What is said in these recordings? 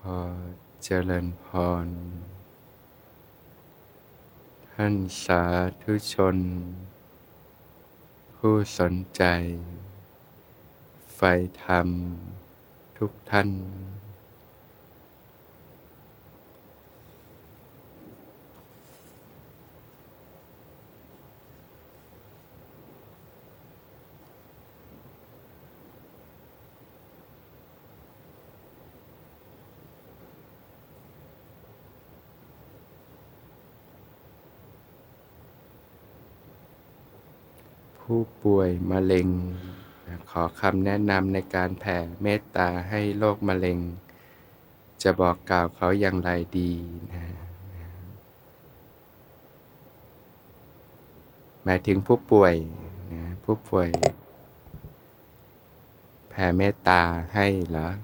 อเจริญพรท่านสาธุชนผู้สนใจใฝ่ธรรมทุกท่านผู้ป่วยมะเร็งขอคำแนะนำในการแผ่เมตตาให้โรคมะเร็งจะบอกกล่าวเขาอย่างไรดีนะหมายถึงผู้ป่วยนะผู้ป่วยแผ่เมตตาให้เหรอ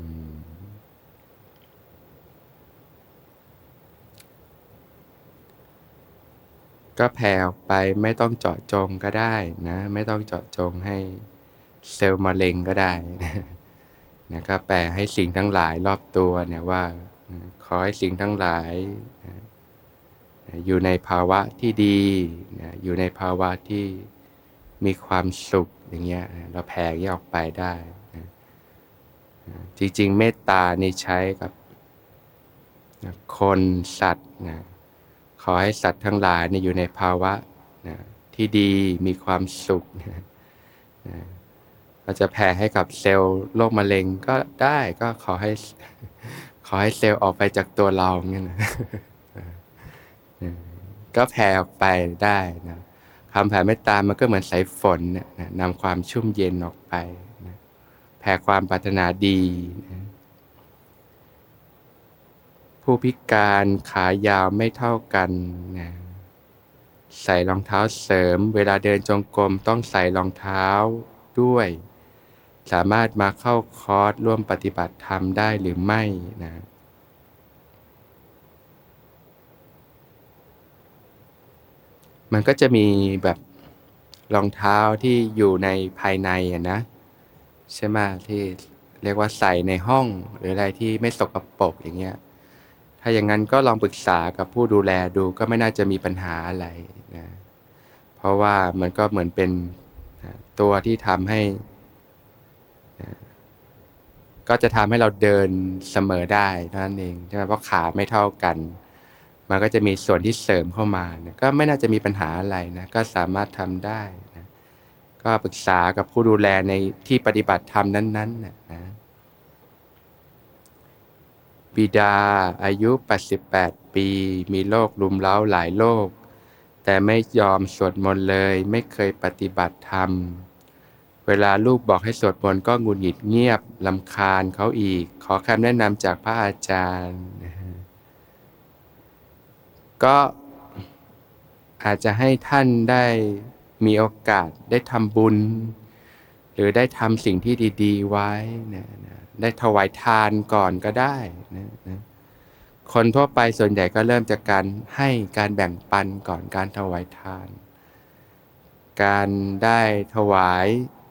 ก็แผ่ออกไปไม่ต้องเจาะจงก็ได้นะไม่ต้องเจาะจงให้เซลล์มะเร็งก็ได้นะก็แผ่ให้สิ่งทั้งหลายรอบตัวเนี่ยว่าขอให้สิ่งทั้งหลายอยู่ในภาวะที่ดีอยู่ในภาวะที่มีความสุขอย่างเงี้ยเราแผ่ออกไปได้จริงๆเมตตานี่ใช้กับคนสัตว์ขอให้สัตว์ทั้งหลายอยู่ในภาวะที่ดีมีความสุขเราจะแผ่ให้กับเซลล์โรคมะเร็งก็ได้ก็ขอให้เซลล์ออกไปจากตัวเราเนี่ยนะก็แผ่ออกไปได้นะคำแผ่เมตตามันก็เหมือนสายฝนนำความชุ่มเย็นออกไปนะแผ่ความปรารถนาดีนะผู้พิการขายาวไม่เท่ากันนะใส่รองเท้าเสริมเวลาเดินจงกรมต้องใส่รองเท้าด้วยสามารถมาเข้าคอร์สร่วมปฏิบัติธรรมได้หรือไม่นะมันก็จะมีแบบรองเท้าที่อยู่ในภายในนะใช่ไหมที่เรียกว่าใส่ในห้องหรืออะไรที่ไม่สกปรกอย่างเงี้ยถ้าอย่างนั้นก็ลองปรึกษากับผู้ดูแลดูก็ไม่น่าจะมีปัญหาอะไรนะเพราะว่ามันก็เหมือนเป็นตัวที่ทำให้ก็จะทำให้เราเดินเสมอได้นั่นเองใช่ไหมเพราะขาไม่เท่ากันมันก็จะมีส่วนที่เสริมเข้ามานะก็ไม่น่าจะมีปัญหาอะไรนะก็สามารถทำได้นะก็ปรึกษากับผู้ดูแลในที่ปฏิบัติธรรมนั้นๆนะบิดาอายุ88ปีมีโรครุมเร้าหลายโรคแต่ไม่ยอมสวดมนต์เลยไม่เคยปฏิบัติธรรมเวลาลูกบอกให้สวดมนต์ก็หงุดหงิดเงียบรำคาญเขาอีกขอคำแนะนำจากพระอาจารย์ก็อาจจะให้ท่านได้มีโอกาสได้ทำบุญหรือได้ทำสิ่งที่ดีๆไว้นะได้ถวายทานก่อนก็ได้นะคนทั่วไปส่วนใหญ่ก็เริ่มจากการให้การแบ่งปันก่อนการถวายทานการได้ถวาย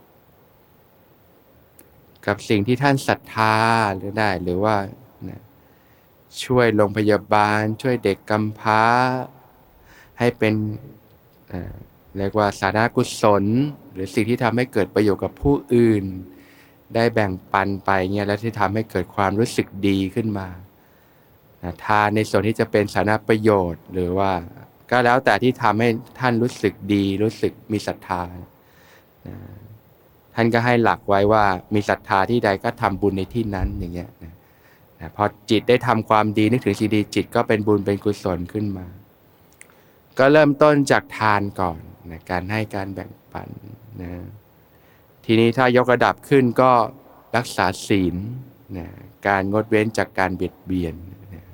กับสิ่งที่ท่านศรัทธาหรือได้หรือว่าช่วยโรงพยาบาลช่วยเด็กกำพร้าให้เป็นเรียกว่าสาธารณกุศลหรือสิ่งที่ทำให้เกิดประโยชน์กับผู้อื่นได้แบ่งปันไปเงี้ยแล้วที่ทำให้เกิดความรู้สึกดีขึ้นมาทานในส่วนที่จะเป็นสาธารณประโยชน์หรือว่าก็แล้วแต่ที่ทำให้ท่านรู้สึกดีรู้สึกมีศรัทธาท่านก็ให้หลักไว้ว่ามีศรัทธาที่ใดก็ทำบุญในที่นั้นอย่างเงี้ยพอจิตได้ทำความดีนึกถึงสิ่งดีจิตก็เป็นบุญเป็นกุศลขึ้นมาก็เริ่มต้นจากทานก่อนนะการให้การแบ่งปันนะทีนี้ถ้ายกระดับขึ้นก็รักษาศีลนะการงดเว้นจากการเบียดเบียนนะ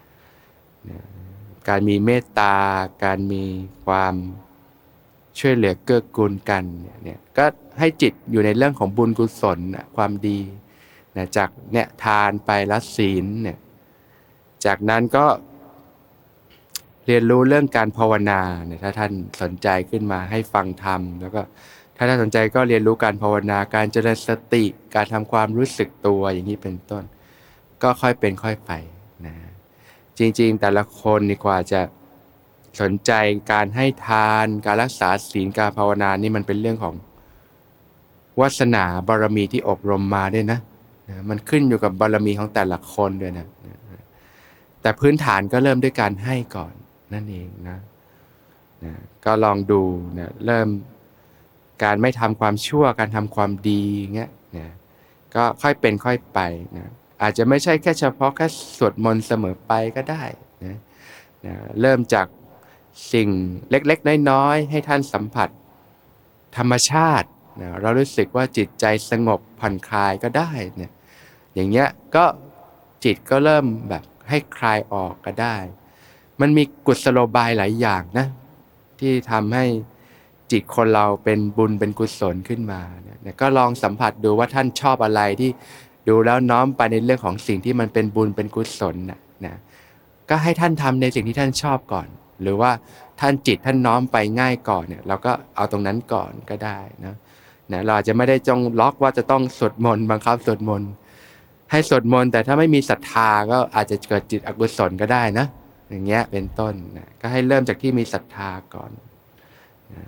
การมีเมตตาการมีความช่วยเหลือเกื้อกูลกันเนี่ยก็ให้จิตอยู่ในเรื่องของบุญกุศลความดีนะจากเนี่ยทานไปละศีลเนี่ยจากนั้นก็เรียนรู้เรื่องการภาวนาเนี่ยถ้าท่านสนใจขึ้นมาให้ฟังธรรมแล้วก็ถ้าท่านสนใจก็เรียนรู้การภาวนาการเจริญสติการทำความรู้สึกตัวอย่างนี้เป็นต้นก็ค่อยเป็นค่อยไปนะจริงๆแต่ละคนนี่กว่าจะสนใจการให้ทานการรักษาศีลการภาวนานี่มันเป็นเรื่องของวาสนาบารมีที่อบรมมาด้วยนะมันขึ้นอยู่กับบารมีของแต่ละคนด้วยนะแต่พื้นฐานก็เริ่มด้วยการให้ก่อนนั่นเองนะก็ลองดูนะเริ่มการไม่ทำความชั่วการทำความดีเงี้ยนะก็ค่อยเป็นค่อยไปนะอาจจะไม่ใช่แค่เฉพาะแค่สวดมนต์เสมอไปก็ได้นะเริ่มจากสิ่งเล็กๆน้อยๆให้ท่านสัมผัสธรรมชาตินะเรารู้สึกว่าจิตใจสงบผ่อนคลายก็ได้เนี่ยอย่างเงี้ยก็จิตก็เริ่มแบบให้คลายออกก็ได้มันมีกุศโลบายหลายอย่างนะที่ทำให้จิตคนเราเป็นบุญเป็นกุศลขึ้นมาเนี่ยก็ลองสัมผัสดูว่าท่านชอบอะไรที่ดูแล้วน้อมไปในเรื่องของสิ่งที่มันเป็นบุญเป็นกุศลนะก็ให้ท่านทำในสิ่งที่ท่านชอบก่อนหรือว่าท่านจิตท่านน้อมไปง่ายก่อนเนี่ยเราก็เอาตรงนั้นก่อนก็ได้นะเราอาจจะไม่ได้จงล็อกว่าจะต้องสวดมนต์บังคับสวดมนต์ให้สวดมนต์แต่ถ้าไม่มีศรัทธาก็อาจจะเกิดจิตอกุศลก็ได้นะอย่างเงี้ยเป็นต้นนะก็ให้เริ่มจากที่มีศรัทธาก่อนนะ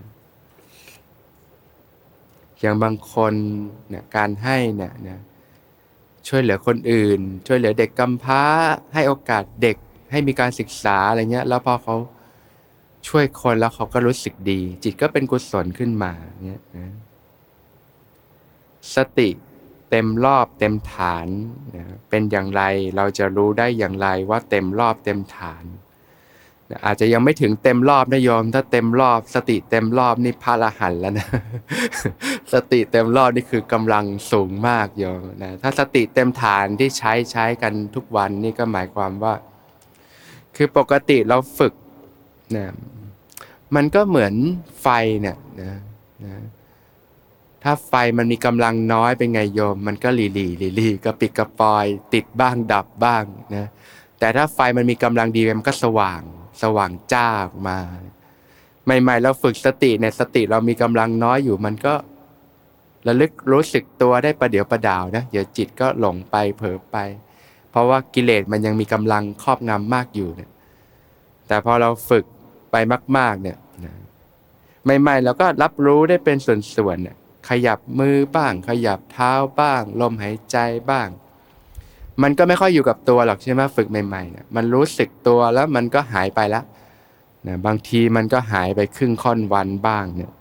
อย่างบางคนเนี่ยการให้เนี่ยนะช่วยเหลือคนอื่นช่วยเหลือเด็กกำพร้าให้โอกาสเด็กให้มีการศึกษาอะไรเงี้ยแล้วพอเขาช่วยคนแล้วเขาก็รู้สึกดีจิตก็เป็นกุศลขึ้นมาเนี่ยนะสติเต็มรอบเต็มฐานนะเป็นอย่างไรเราจะรู้ได้อย่างไรว่าเต็มรอบเต็มฐานนะอาจจะยังไม่ถึงเต็มรอบนะโยมถ้าเต็มรอบสติเต็มรอบนี่พระอรหันต์แล้วนะ สติเต็มรอบนี่คือกำลังสูงมากโยมนะถ้าสติเต็มฐานที่ใช้กันทุกวันนี่ก็หมายความว่าคือปกติเราฝึกนะมันก็เหมือนไฟเนี่ยนะถ้าไฟมันมีกำลังน้อยเป็นไงโยมมันก็หลีกระปิดกระปอยติดบ้างดับบ้างนะแต่ถ้าไฟมันมีกำลังดีมันก็สว่างจ้าออกมาใหม่ๆเราฝึกสติเนี่ยสติเรามีกำลังน้อยอยู่มันก็ระลึกรู้สึกตัวได้ประเดี๋ยวประดาวนะเดี๋ยวจิตก็หลงไปเผลอไปเพราะว่ากิเลสมันยังมีกำลังครอบงำมากอยู่เนี่ยแต่พอเราฝึกไปมากๆเนี่ยใหม่ๆเราก็รับรู้ได้เป็นส่วนๆเนี่ยขยับมือบ้างขยับเท้าบ้างลมหายใจบ้างมันก็ไม่ค่อยอยู่กับตัวหรอกใช่ไหมฝึกใหม่ๆเนี่ยมันรู้สึกตัวแล้วมันก็หายไปแล้วนะบางทีมันก็หายไปครึ่งค่อนวันบ้างเนี่ย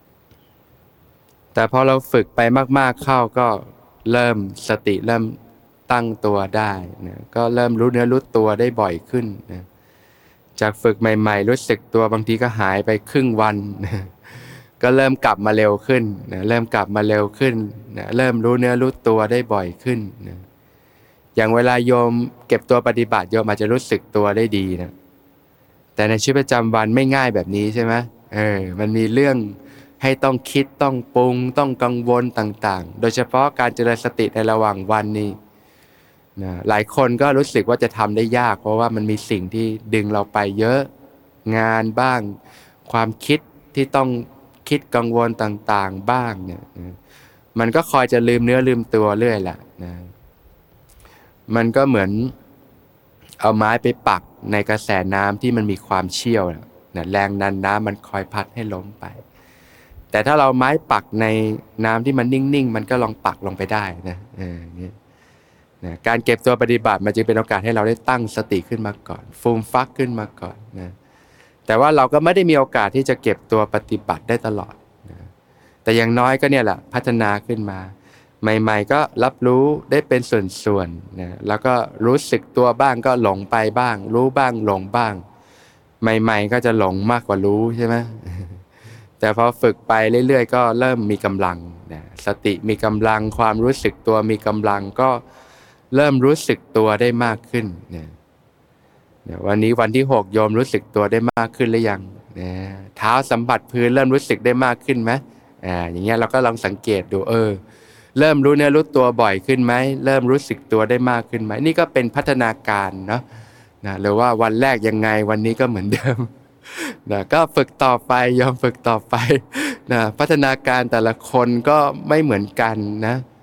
แต่พอเราฝึกไปมากๆเข้าก็เริ่มสติเริ่มตั้งตัวได้นะก็เริ่มรู้เนื้อรู้ตัวได้บ่อยขึ้นนะจากฝึกใหม่ๆรู้สึกตัวบางทีก็หายไปครึ่งวันนะก็เริ่มกลับมาเร็วขึ้นนะเริ่มกลับมาเร็วขึ้นนะเริ่มรู้เนื้อรู้ตัวได้บ่อยขึ้นนะอย่างเวลาโยมเก็บตัวปฏิบัติโยมอาจจะรู้สึกตัวได้ดีนะแต่ในชีวิตประจำวันไม่ง่ายแบบนี้ใช่ไหมมันมีเรื่องให้ต้องคิดต้องปรุงต้องกังวลต่างๆโดยเฉพาะการเจริญสติในระหว่างวันนี้นะหลายคนก็รู้สึกว่าจะทำได้ยากเพราะว่ามันมีสิ่งที่ดึงเราไปเยอะงานบ้างความคิดที่ต้องคิดกังวลต่างๆบ้างเนี่ยมันก็คอยจะลืมเนื้อลืมตัวเรื่อยแหละนะมันก็เหมือนเอาไม้ไปปักในกระแสน้ำที่มันมีความเชี่ยวนะแรงดันน้ำมันคอยพัดให้ล้มไปแต่ถ้าเราไม้ปักในน้ำที่มันนิ่งๆมันก็ลองปักลงไปได้นะนี่นะการเก็บตัวปฏิบัติมันจึงเป็นโอกาสให้เราได้ตั้งสติขึ้นมาก่อนฟูมฟักขึ้นมาก่อนนะแต่ว่าเราก็ไม่ได้มีโอกาสที่จะเก็บตัวปฏิบัติได้ตลอดนะแต่อย่างน้อยก็เนี่ยแหละพัฒนาขึ้นมาใหม่ๆก็รับรู้ได้เป็นส่วนๆนะแล้วก็รู้สึกตัวบ้างก็หลงไปบ้างรู้บ้างหลงบ้างใหม่ๆก็จะหลงมากกว่ารู้ใช่ไหม แต่พอฝึกไปเรื่อยๆก็เริ่มมีกำลังนะสติมีกำลังความรู้สึกตัวมีกำลังก็เริ่มรู้สึกตัวได้มากขึ้นนะวันนี้วันที่6โยมรู้สึกตัวได้มากขึ้นหรือยังนะเท้าสัมผัสพื้นเริ่มรู้สึกได้มากขึ้นไหมอย่างเงี้ยเราก็ลองสังเกตดูเริ่มรู้เนื้อรู้ตัวบ่อยขึ้นไหมเริ่มรู้สึกตัวได้มากขึ้นไหมนี่ก็เป็นพัฒนาการเนาะนะหรือว่าวันแรกยังไงวันนี้ก็เหมือนเดิมนะก็ฝึกต่อไปยอมฝึกต่อไปนะพัฒนาการแต่ละคนก็ไม่เหมือนกันนะ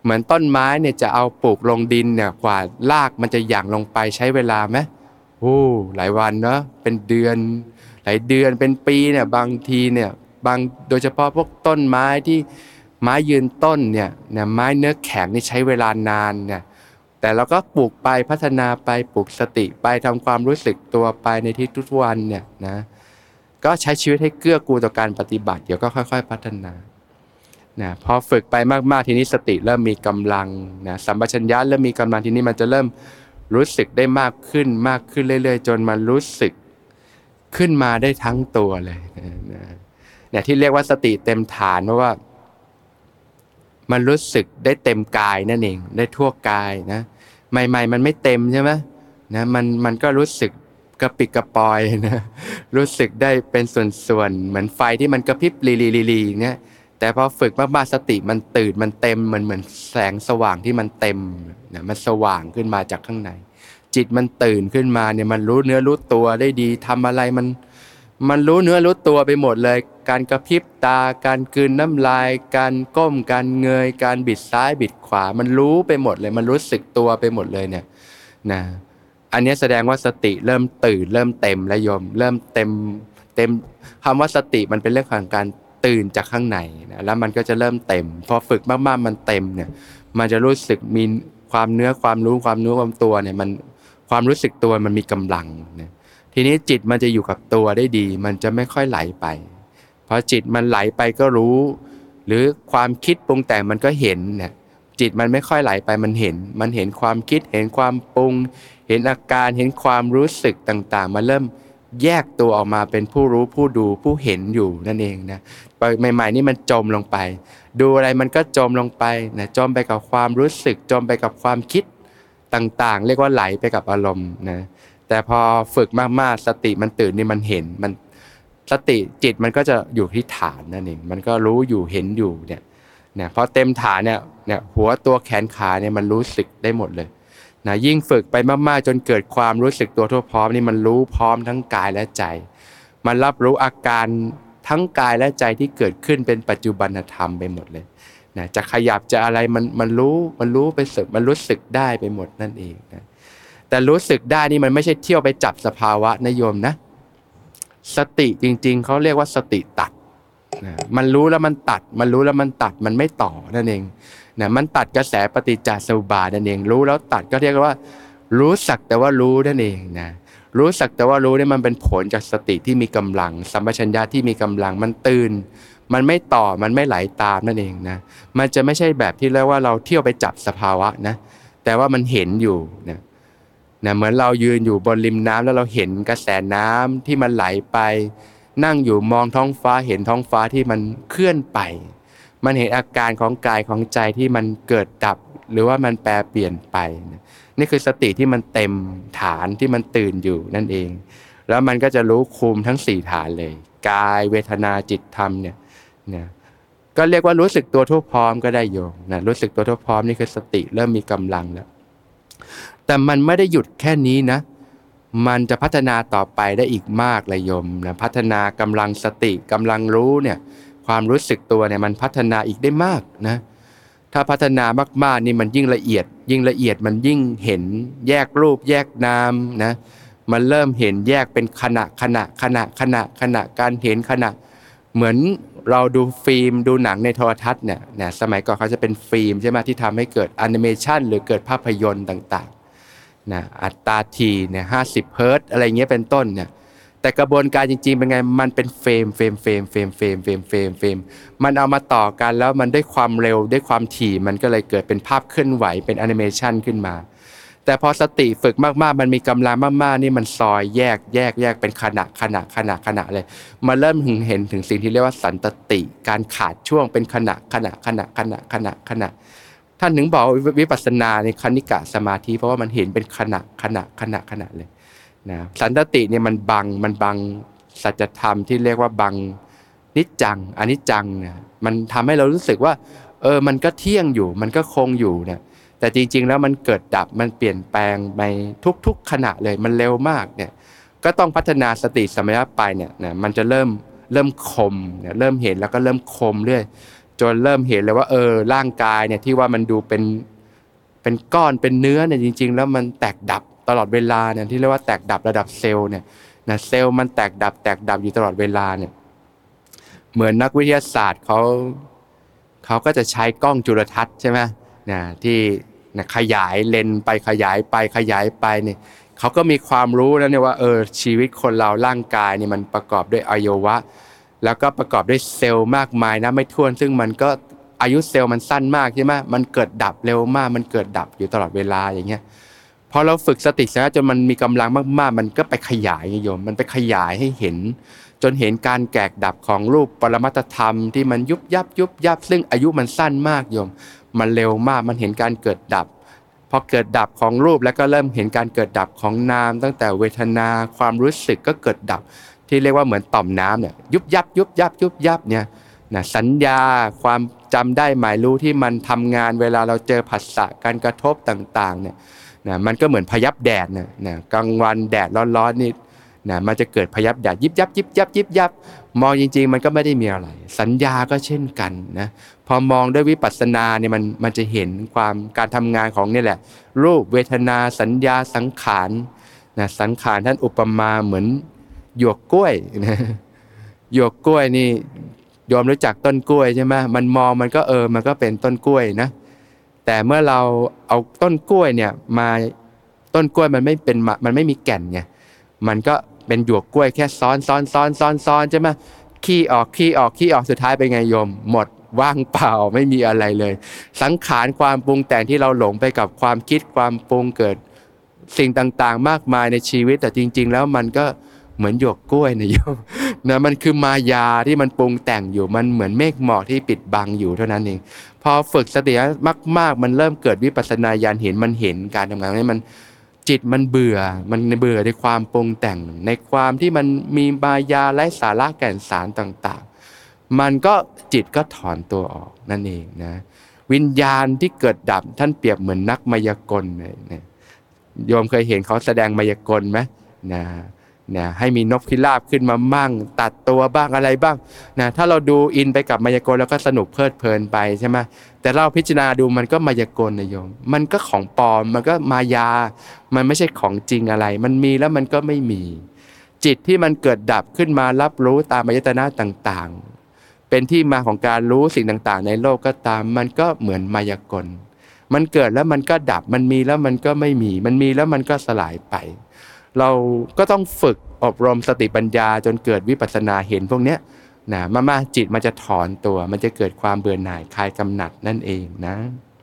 เหมือนต้นไม้เนี่ยจะเอาปลูกลงดินเนี่ยกว่ารากมันจะหยั่งลงไปใช้เวลาไหมโอ้หลายวันเนาะเป็นเดือนหลายเดือนเป็นปีเนี่ยบางทีเนี่ยโดยเฉพาะพวกต้นไม้ที่ไม้ยืนต้นเนี่ยไม้เนื้อแข็งนี่ใช้เวลานานเนี่ยแต่เราก็ปลูกไปพัฒนาไปปลูกสติไปทำความรู้สึกตัวไปในที่ทุกวันเนี่ยนะก็ใช้ชีวิตให้เกื้อกูลต่อการปฏิบัติเดี๋ยวก็ค่อยๆพัฒนานะพอฝึกไปมากๆทีนี้สติเริ่มมีกำลังนะสัมปชัญญะเริ่มมีกำลังทีนี้มันจะเริ่มรู้สึกได้มากขึ้นเรื่อยๆจนมันรู้สึกขึ้นมาได้ทั้งตัวเลยเนี่ยที่เรียกว่าสติเต็มฐานเพราะว่ามันรู้สึกได้เต็มกายนั่นเองได้ทั่วกายนะใหม่ๆมันไม่เต็มใช่ไหมนะมันก็รู้สึกกระปิกกระปอยนะรู้สึกได้เป็นส่วนๆเหมือนไฟที่มันกระพริบลีเนี่ยแต่พอฝึกมากๆสติมันตื่นมันเต็มเหมือนแสงสว่างที่มันเต็มนะมันสว่างขึ้นมาจากข้างในจิตมันตื่นขึ้นมาเนี่ยมันรู้เนื้อรู้ตัวได้ดีทำอะไรมันรู้เนื้อรู้ตัวไปหมดเลยการกระพริบตาการกลืนน้ำลายการก้มการเงยการบิดซ้ายบิดขวามันรู้ไปหมดเลยมันรู้สึกตัวไปหมดเลยเนี่ยนะอันนี้แสดงว่าสติเริ่มตื่นเริ่มเต็มแล้วโยมเริ่มเต็มคำว่าสติมันเป็นเรื่องของการตื่นจากข้างในนะแล้วมันก็จะเริ่มเต็มพอฝึกมากๆมันเต็มเนี่ยมันจะรู้สึกมีความเนื้อความรู้ความตัวเนี่ยมันความรู้สึกตัวมันมีกำลังนะทีนี้จิตมันจะอยู่กับตัวได้ดีมันจะไม่ค่อยไหลไปพอจิตมันไหลไปก็รู้หรือความคิดปรุงแต่งมันก็เห็นเนี่ยจิตมันไม่ค่อยไหลไปมันเห็นความคิดเห็นความปรุงเห็นอาการเห็นความรู้สึกต่างๆมันเริ่มแยกตัวออกมาเป็นผู้รู้ผู้ดูผู้เห็นอยู่นั่นเองนะใหม่ๆนี่มันจมลงไปดูอะไรมันก็จมลงไปนะจมไปกับความรู้สึกจมไปกับความคิดต่างๆเรียกว่าไหลไปกับอารมณ์นะแต่พอฝึกมากๆสติมันตื่นนี่มันเห็นมันสติจิตมันก็จะอยู่ที่ฐานนั่นเองมันก็รู้อยู่เห็นอยู่เนี่ยพอเต็มฐานเนี่ยหัวตัวแขนขาเนี่ยมันรู้สึกได้หมดเลยนะยิ่งฝึกไปมากๆจนเกิดความรู้สึกตัวทั่วพร้อมนี่มันรู้พร้อมทั้งกายและใจมันรับรู้อาการทั้งกายและใจที่เกิดขึ้นเป็นปัจจุบันธรรมไปหมดเลยนะจะขยับจะอะไรมันรู้ไปสึกมันรู้สึกได้ไปหมดนั่นเองนะแต่รู้สึกได้นี่มันไม่ใช่เที่ยวไปจับสภาวะนะโยมนะสติจริงๆเขาเรียกว่าสติตัดนะมันรู้แล้วมันตัดมันรู้แล้วมันตัดมันไม่ต่อนั่นเองนะมันตัดกระแสปฏิจจสมุปบาทนั่นเองรู้แล้วตัดก็เรียกว่ารู้สักแต่ว่ารู้นั่นเองนะรู้สักแต่ว่ารู้นี่มันเป็นผลจากสติที่มีกำลังสัมปชัญญะที่มีกำลังมันตื่นมันไม่ต่อมันไม่ไหลตามนั่นเองนะมันจะไม่ใช่แบบที่เรียกว่าเราเที่ยวไปจับสภาวะนะแต่ว่ามันเห็นอยู่นะเหมือนเรายืนอยู่บนริมน้ำแล้วเราเห็นกระแสน้ำที่มันไหลไปนั่งอยู่มองท้องฟ้าเห็นท้องฟ้าที่มันเคลื่อนไปมันเห็นอาการของกายของใจที่มันเกิดดับหรือว่ามันแปรเปลี่ยนไปนี่คือสติที่มันเต็มฐานที่มันตื่นอยู่นั่นเองแล้วมันก็จะรู้คุมทั้ง4ฐานเลยกายเวทนาจิตธรรมเนี่ยก็เรียกว่ารู้สึกตัวทั่วพร้อมก็ได้โยมนะรู้สึกตัวทั่วพร้อมนี่คือสติเริ่มมีกำลังแล้วแต่มันไม่ได้หยุดแค่นี้นะมันจะพัฒนาต่อไปได้อีกมากเลยโยมนะพัฒนากำลังสติกำลังรู้เนี่ยความรู้สึกตัวเนี่ยมันพัฒนาอีกได้มากนะถ้าพัฒนามากๆนี่มันยิ่งละเอียดมันยิ่งเห็นแยกรูปแยกนามนะมันเริ่มเห็นแยกเป็นขณะการเห็นขณะเหมือนเราดูฟิล์มดูหนังในโทรทัศน์เนี่ยสมัยก่อนเขาจะเป็นฟิล์มใช่ไหมที่ทำให้เกิดแอนิเมชันหรือเกิดภาพยนตร์ต่างๆนะอัตราทีเนี่ย50 เฮิร์ตซ์อะไรเงี้ยเป็นต้นเนี่ยแต่กระบวนการจริงๆเป็นไงมันเป็นเฟรมมันเอามาต่อกันแล้วมันด้วยความเร็วด้วยความถี่มันก็เลยเกิดเป็นภาพเคลื่อนไหวเป็นแอนิเมชันขึ้นมาแต่พอสติฝึกมากๆมันมีกำลังมากๆนี่มันซอยแยกเป็นขณะเลยมาเริ่มเห็นถึงสิ่งที่เรียกว่าสันตติการขาดช่วงเป็นขณะท่านถึงบอกวิปัสสนาในคณิกะสมาธิเพราะว่ามันเห็นเป็นขณะเลยนะสันตติเนี่ยมันบังสัจธรรมที่เรียกว่าบังนิจจังอนิจจังเนี่ยมันทำให้เรารู้สึกว่ามันก็เที่ยงอยู่มันก็คงอยู่เนี่ยแต่จริงๆแล้วมันเกิดดับมันเปลี่ยนแปลงไปทุกๆขณะเลยมันเร็วมากเนี่ยก็ต้องพัฒนาสติสัมปชัญญะไปเนี่ยนะมันจะเริ่มคมเนี่ยเริ่มเห็นแล้วก็เริ่มคมเรื่อยจนเริ่มเห็นเลยว่าร่างกายเนี่ยที่ว่ามันดูเป็นก้อนเป็นเนื้อเนี่ยจริงๆแล้วมันแตกดับตลอดเวลาเนี่ยที่เรียกว่าแตกดับระดับเซลล์เนี่ยนะเซลล์มันแตกดับอยู่ตลอดเวลาเนี่ยเหมือนนักวิทยาศาสตร์เขาก็จะใช้กล้องจุลทรรศน์ใช่ไหมนะที่นะขยายเลนส์ไปขยายไปเนี่ยเขาก็มีความรู้แล้วเนี่ยว่าชีวิตคนเราร่างกายเนี่ยมันประกอบด้วยอวัยวะแล้วก็ประกอบด้วยเซลล์มากมายนะไม่ถ้วนซึ่งมันก็อายุเซลล์มันสั้นมากใช่ไหมมันเกิดดับเร็วมากมันเกิดดับอยู่ตลอดเวลาอย่างเงี้ยพอเราฝึกสติสัมปชัญญะจนมันมีกำลังมากๆมันก็ไปขยายโยมมันไปขยายให้เห็นจนเห็นการแตกดับของรูปปรมัตถธรรมที่มันยุบยับซึ่งอายุมันสั้นมากโยมมันเร็วมากมันเห็นการเกิดดับพอเกิดดับของรูปแล้วก็เริ่มเห็นการเกิดดับของนามตั้งแต่เวทนาความรู้สึกก็เกิดดับที่เรียกว่าเหมือนต่อมน้ำเนี่ยยุบยับเนี่ยนะสัญญาความจำได้หมายรู้ที่มันทำงานเวลาเราเจอผัสสะการกระทบต่างๆเนี่ยนะมันก็เหมือนพยับแดดนะกลางวันแดดร้อนๆนี่นะมันจะเกิดพยับแดดยิบยับมองจริงๆมันก็ไม่ได้มีอะไรสัญญาก็เช่นกันนะพอมองด้วยวิปัสสนาเนี่ยมันจะเห็นความการทำงานของนี่แหละรูปเวทนาสัญญาสังขารนะสังขารท่านอุปมาเหมือนหยวกกล้วยนะหยวกกล้วยนี่ยอมรู้จักต้นกล้วยใช่ไหมมันมองมันก็มันก็เป็นต้นกล้วยนะแต่เมื่อเราเอาต้นกล้วยเนี่ยมาต้นกล้วยมันไม่มีแก่นไงมันก็เป็นหยวกกล้วยแค่ซ้อนใช่ไหมขี้ออกสุดท้ายเป็นไงโยมหมดว่างเปล่าไม่มีอะไรเลยสังขารความปรุงแต่งที่เราหลงไปกับความคิดความปรุงเกิดสิ่งต่างๆมากมายในชีวิตแต่จริงๆแล้วมันก็เหมือนหยวกกล้วยนะโยมนะมันคือมายาที่มันปรุงแต่งอยู่มันเหมือนเมฆหมอกที่ปิดบังอยู่เท่านั้นเองพอฝึกสติมากๆมันเริ่มเกิดวิปัสสนาญาณเห็นการทำงานนี้มันจิตมันเบื่อในความปรุงแต่งในความที่มันมีมายาไร้สาระแก่นสารต่างๆมันก็จิตก็ถอนตัวออกนั่นเองนะวิญญาณที่เกิดดับท่านเปรียบเหมือนนักมายากลเลยนะโยมเคยเห็นเขาแสดงมายากลไหมนะให้มีนกพิราบขึ้นมามั่งตัดตัวบ้างอะไรบ้างนะถ้าเราดูอินไปกับมายากลแล้วก็สนุกเพลิดเพลินไปใช่ไหมแต่เราพิจารณาดูมันก็มายากลนะโยมมันก็ของปลอมมันก็มายามันไม่ใช่ของจริงอะไรมันมีแล้วมันก็ไม่มีจิตที่มันเกิดดับขึ้นมารับรู้ตามอายตนะต่างๆเป็นที่มาของการรู้สิ่งต่างๆในโลกก็ตามมันก็เหมือนมายากลมันเกิดแล้วมันก็ดับมันมีแล้วมันก็ไม่มีมันมีแล้วมันก็สลายไปเราก็ต้องฝึกอบรมสติปัญญาจนเกิดวิปัสสนาเห็นพวกเนี้ยนะมาจิตมันจะถอนตัวมันจะเกิดความเบื่อหน่ายคลายกำหนัดนั่นเองนะ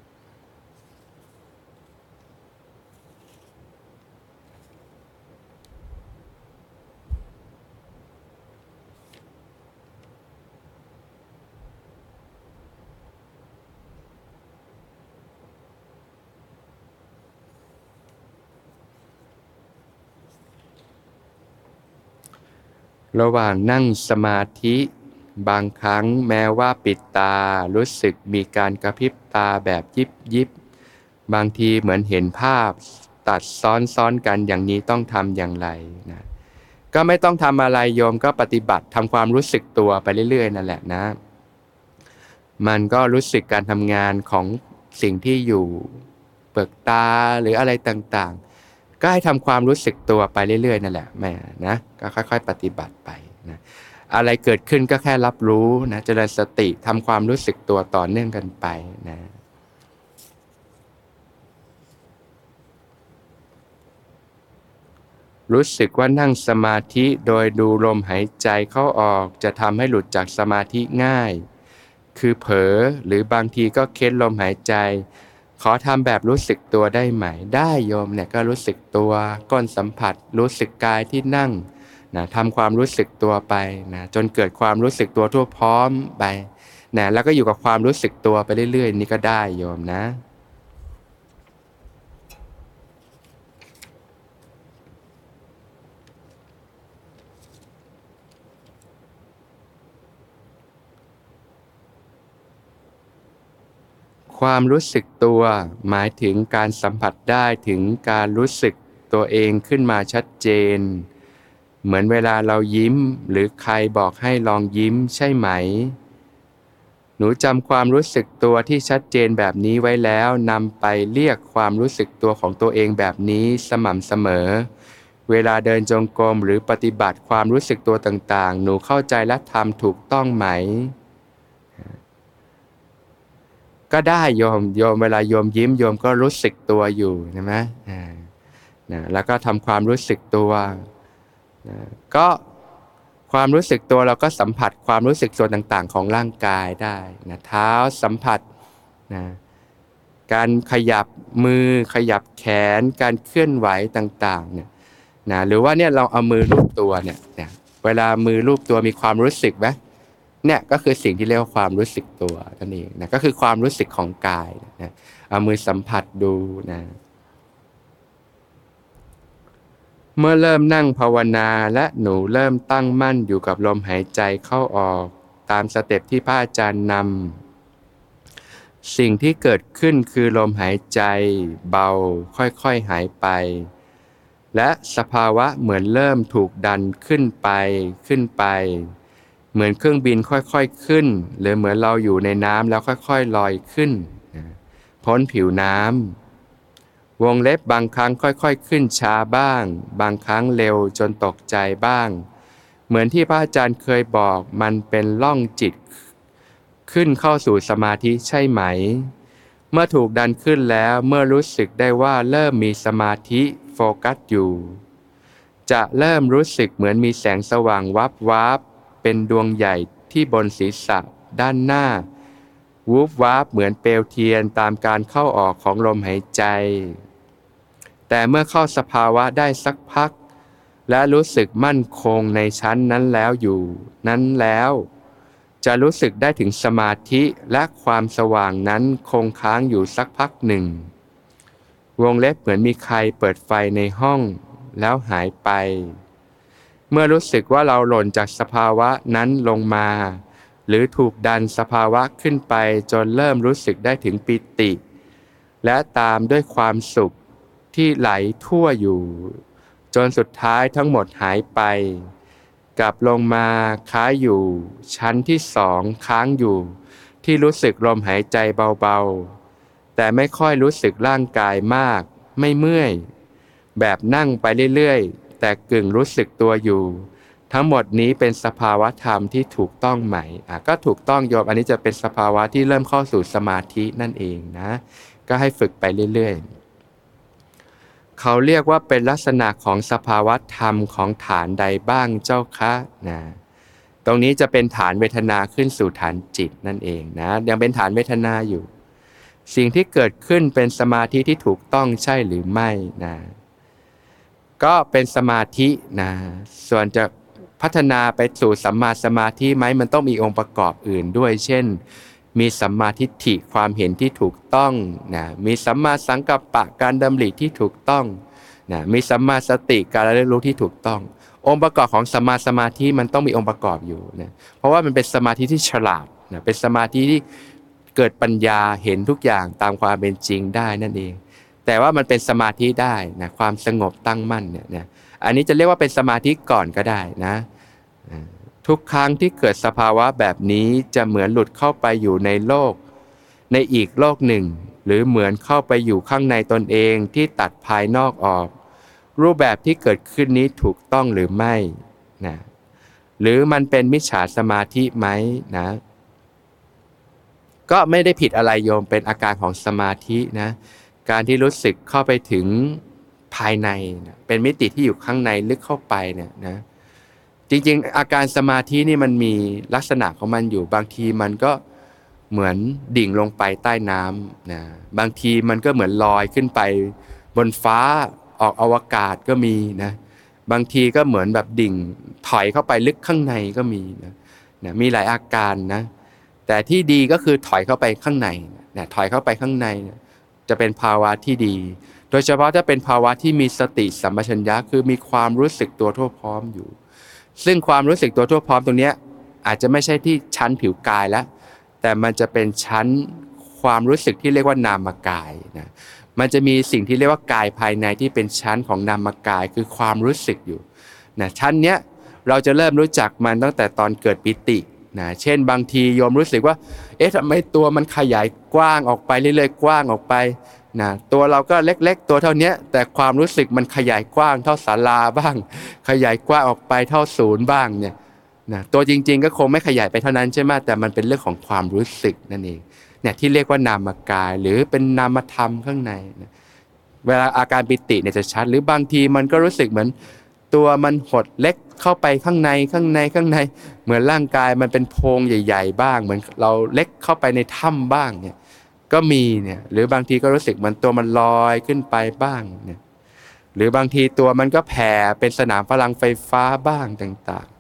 ระหว่างนั่งสมาธิบางครั้งแม้ว่าปิดตารู้สึกมีการกระพริบตาแบบยิบบางทีเหมือนเห็นภาพตัดซ้อนกันอย่างนี้ต้องทำอย่างไรนะก็ไม่ต้องทำอะไรโยมก็ปฏิบัติทำความรู้สึกตัวไปเรื่อยๆนั่นแหละนะมันก็รู้สึกการทำงานของสิ่งที่อยู่เปลือกตาหรืออะไรต่างๆก็ให้ทำความรู้สึกตัวไปเรื่อยๆนั่นแหละแม่นะก็ค่อยๆปฏิบัติไปนะอะไรเกิดขึ้นก็แค่รับรู้นะเจริญสติทำความรู้สึกตัวต่อเนื่องกันไปนะรู้สึกว่านั่งสมาธิโดยดูลมหายใจเข้าออกจะทำให้หลุดจากสมาธิง่ายคือเผลอหรือบางทีก็เค้นลมหายใจขอทำแบบรู้สึกตัวได้ไหมได้โยมเนี่ยก็รู้สึกตัวก้นสัมผัสรู้สึกกายที่นั่งนะทำความรู้สึกตัวไปนะจนเกิดความรู้สึกตัวทั่วพร้อมไปนะแล้วก็อยู่กับความรู้สึกตัวไปเรื่อยๆนี่ก็ได้โยมนะความรู้สึกตัวหมายถึงการสัมผัสได้ถึงการรู้สึกตัวเองขึ้นมาชัดเจนเหมือนเวลาเรายิ้มหรือใครบอกให้ลองยิ้มใช่ไหมหนูนูจำความรู้สึกตัวที่ชัดเจนแบบนี้ไว้แล้วนำไปเรียกความรู้สึกตัวของตัวเองแบบนี้สม่ำเสมอเวลาเดินจงกรมหรือปฏิบัติความรู้สึกตัวต่างๆหนูเข้าใจและทำถูกต้องไหมก็ได้โยมเวลาโยมยิ้มโยมก็รู้สึกตัวอยู่ใช่ไหมแล้วก็ทำความรู้สึกตัวก็ความรู้สึกตัวเราก็สัมผัสความรู้สึกส่วนต่างๆของร่างกายได้นะเท้าสัมผัสนะการขยับมือขยับแขนการเคลื่อนไหวต่างๆเนี่ยนะหรือว่าเนี่ยเราเอามือลูบตัวเนี่ยเวลามือลูบตัวมีความรู้สึกไหมเนี่ยก็คือสิ่งที่เรียกว่าความรู้สึกตัวนั่นเองนะก็คือความรู้สึกของกายนะเอามือสัมผัสดูนะเมื่อเริ่มนั่งภาวนาและหนูเริ่มตั้งมั่นอยู่กับลมหายใจเข้าออกตามสเต็ปที่พระอาจารย์นำสิ่งที่เกิดขึ้นคือลมหายใจเบาค่อยๆหายไปและสภาวะเหมือนเริ่มถูกดันขึ้นไปเหมือนเครื่องบินค่อยๆขึ้นหรือเหมือนเราอยู่ในน้ำแล้วค่อยๆลอยขึ้นพ้นผิวน้ำวงเล็บบางครั้งค่อยๆขึ้นช้าบ้างบางครั้งเร็วจนตกใจบ้างเหมือนที่พระอาจารย์เคยบอกมันเป็นล่องจิตขึ้นเข้าสู่สมาธิใช่ไหมเมื่อถูกดันขึ้นแล้วเมื่อรู้สึกได้ว่าเริ่มมีสมาธิโฟกัสอยู่จะเริ่มรู้สึกเหมือนมีแสงสว่างวับวับเป็นดวงใหญ่ที่บนศีรษะด้านหน้าวูบวาบเหมือนเปลวเทียนตามการเข้าออกของลมหายใจแต่เมื่อเข้าสภาวะได้สักพักและรู้สึกมั่นคงในชั้นนั้นแล้วจะรู้สึกได้ถึงสมาธิและความสว่างนั้นคงค้างอยู่สักพักหนึ่งวงเล็บเหมือนมีใครเปิดไฟในห้องแล้วหายไปเมื่อรู้สึกว่าเราหล่นจากสภาวะนั้นลงมาหรือถูกดันสภาวะขึ้นไปจนเริ่มรู้สึกได้ถึงปิติและตามด้วยความสุขที่ไหลทั่วอยู่จนสุดท้ายทั้งหมดหายไปกลับลงมาค้าอยู่ชั้นที่สองค้างอยู่ที่รู้สึกลมหายใจเบาๆแต่ไม่ค่อยรู้สึกร่างกายมากไม่เมื่อยแบบนั่งไปเรื่อยๆแต่กึ่งรู้สึกตัวอยู่ทั้งหมดนี้เป็นสภาวะธรรมที่ถูกต้องไหมก็ถูกต้องโยมอันนี้จะเป็นสภาวะที่เริ่มเข้าสู่สมาธินั่นเองนะก็ให้ฝึกไปเรื่อยๆเขาเรียกว่าเป็นลักษณะของสภาวะธรรมของฐานใดบ้างเจ้าคะนะตรงนี้จะเป็นฐานเวทนาขึ้นสู่ฐานจิตนั่นเองนะยังเป็นฐานเวทนาอยู่สิ่งที่เกิดขึ้นเป็นสมาธิที่ถูกต้องใช่หรือไม่นะก็เป็นสมาธินะส่วนจะพัฒนาไปสู่สัมมาสมาธิไหมมันต้องมีองค์ประกอบอื่นด้วยเช่นมีสัมมาทิฏฐิความเห็นที่ถูกต้องนะมีสัมมาสังกัปปะการดำริที่ถูกต้องนะมีสัมมาสติการระลึกรู้ที่ถูกต้ององค์ประกอบของสัมมาสมาธิมันต้องมีองค์ประกอบอยู่นะเพราะว่ามันเป็นสมาธิที่ฉลาดนะเป็นสมาธิที่เกิดปัญญาเห็นทุกอย่างตามความเป็นจริงได้นั่นเองแต่ว่ามันเป็นสมาธิได้นะความสงบตั้งมั่นเนี่ยนะอันนี้จะเรียกว่าเป็นสมาธิก่อนก็ได้นะทุกครั้งที่เกิดสภาวะแบบนี้จะเหมือนหลุดเข้าไปอยู่ในโลกในอีกโลกหนึ่งหรือเหมือนเข้าไปอยู่ข้างในตนเองที่ตัดภายนอกออกรูปแบบที่เกิดขึ้นนี้ถูกต้องหรือไม่นะหรือมันเป็นมิจฉาสมาธิไหมนะก็ไม่ได้ผิดอะไรโยมเป็นอาการของสมาธินะการที่รู้สึกเข้าไปถึงภายในนะเป็นมิติที่อยู่ข้างในลึกเข้าไปเนี่ยนะจริงๆอาการสมาธินี่มันมีลักษณะของมันอยู่บางทีมันก็เหมือนดิ่งลงไปใต้น้ำนะบางทีมันก็เหมือนลอยขึ้นไปบนฟ้าออกอวกาศก็มีนะบางทีก็เหมือนแบบดิ่งถอยเข้าไปลึกข้างในก็มีนะมีหลายอาการนะแต่ที่ดีก็คือถอยเข้าไปข้างในนะถอยเข้าไปข้างในนะจะเป็นภาวะที่ดีโดยเฉพาะถ้าเป็นภาวะที่มีสติสัมปชัญญะคือมีความรู้สึกตัวทั่วพร้อมอยู่ซึ่งความรู้สึกตัวทั่วพร้อมตรงนี้อาจจะไม่ใช่ที่ชั้นผิวกายแล้วแต่มันจะเป็นชั้นความรู้สึกที่เรียกว่านามกายนะมันจะมีสิ่งที่เรียกว่ากายภายในที่เป็นชั้นของนามกายคือความรู้สึกอยู่นะชั้นเนี้ยเราจะเริ่มรู้จักมันตั้งแต่ตอนเกิดปิตินะเช่นบางทีโยมรู้สึกว่าทำไมตัวมันขยายกว้างออกไปเรื่อยๆกว้างออกไปนะตัวเราก็เล็กๆตัวเท่านี้แต่ความรู้สึกมันขยายกว้างเท่าศาลาบ้างขยายกว้างออกไปเท่าศูนย์บ้างเนี่ยนะตัวจริงๆก็คงไม่ขยายไปเท่านั้นใช่ไหมแต่มันเป็นเรื่องของความรู้สึกนั่นเองเนี่ยที่เรียกว่านามกายหรือเป็นนามธรรมข้างในนะเวลาอาการปิติเนี่ยจะชัดหรือบางทีมันก็รู้สึกเหมือนตัวมันหดเล็กเข้าไปข้างในเหมือนร่างกายมันเป็นโพรงใหญ่ๆบ้างเหมือนเราเล็กเข้าไปในถ้ำบ้างเนี่ยก็มีเนี่ยหรือบางทีก็รู้สึกเหมือนตัวมันลอยขึ้นไปบ้างเนี่ยหรือบางทีตัวมันก็แผ่เป็นสนามพลังไฟฟ้าบ้างต่าง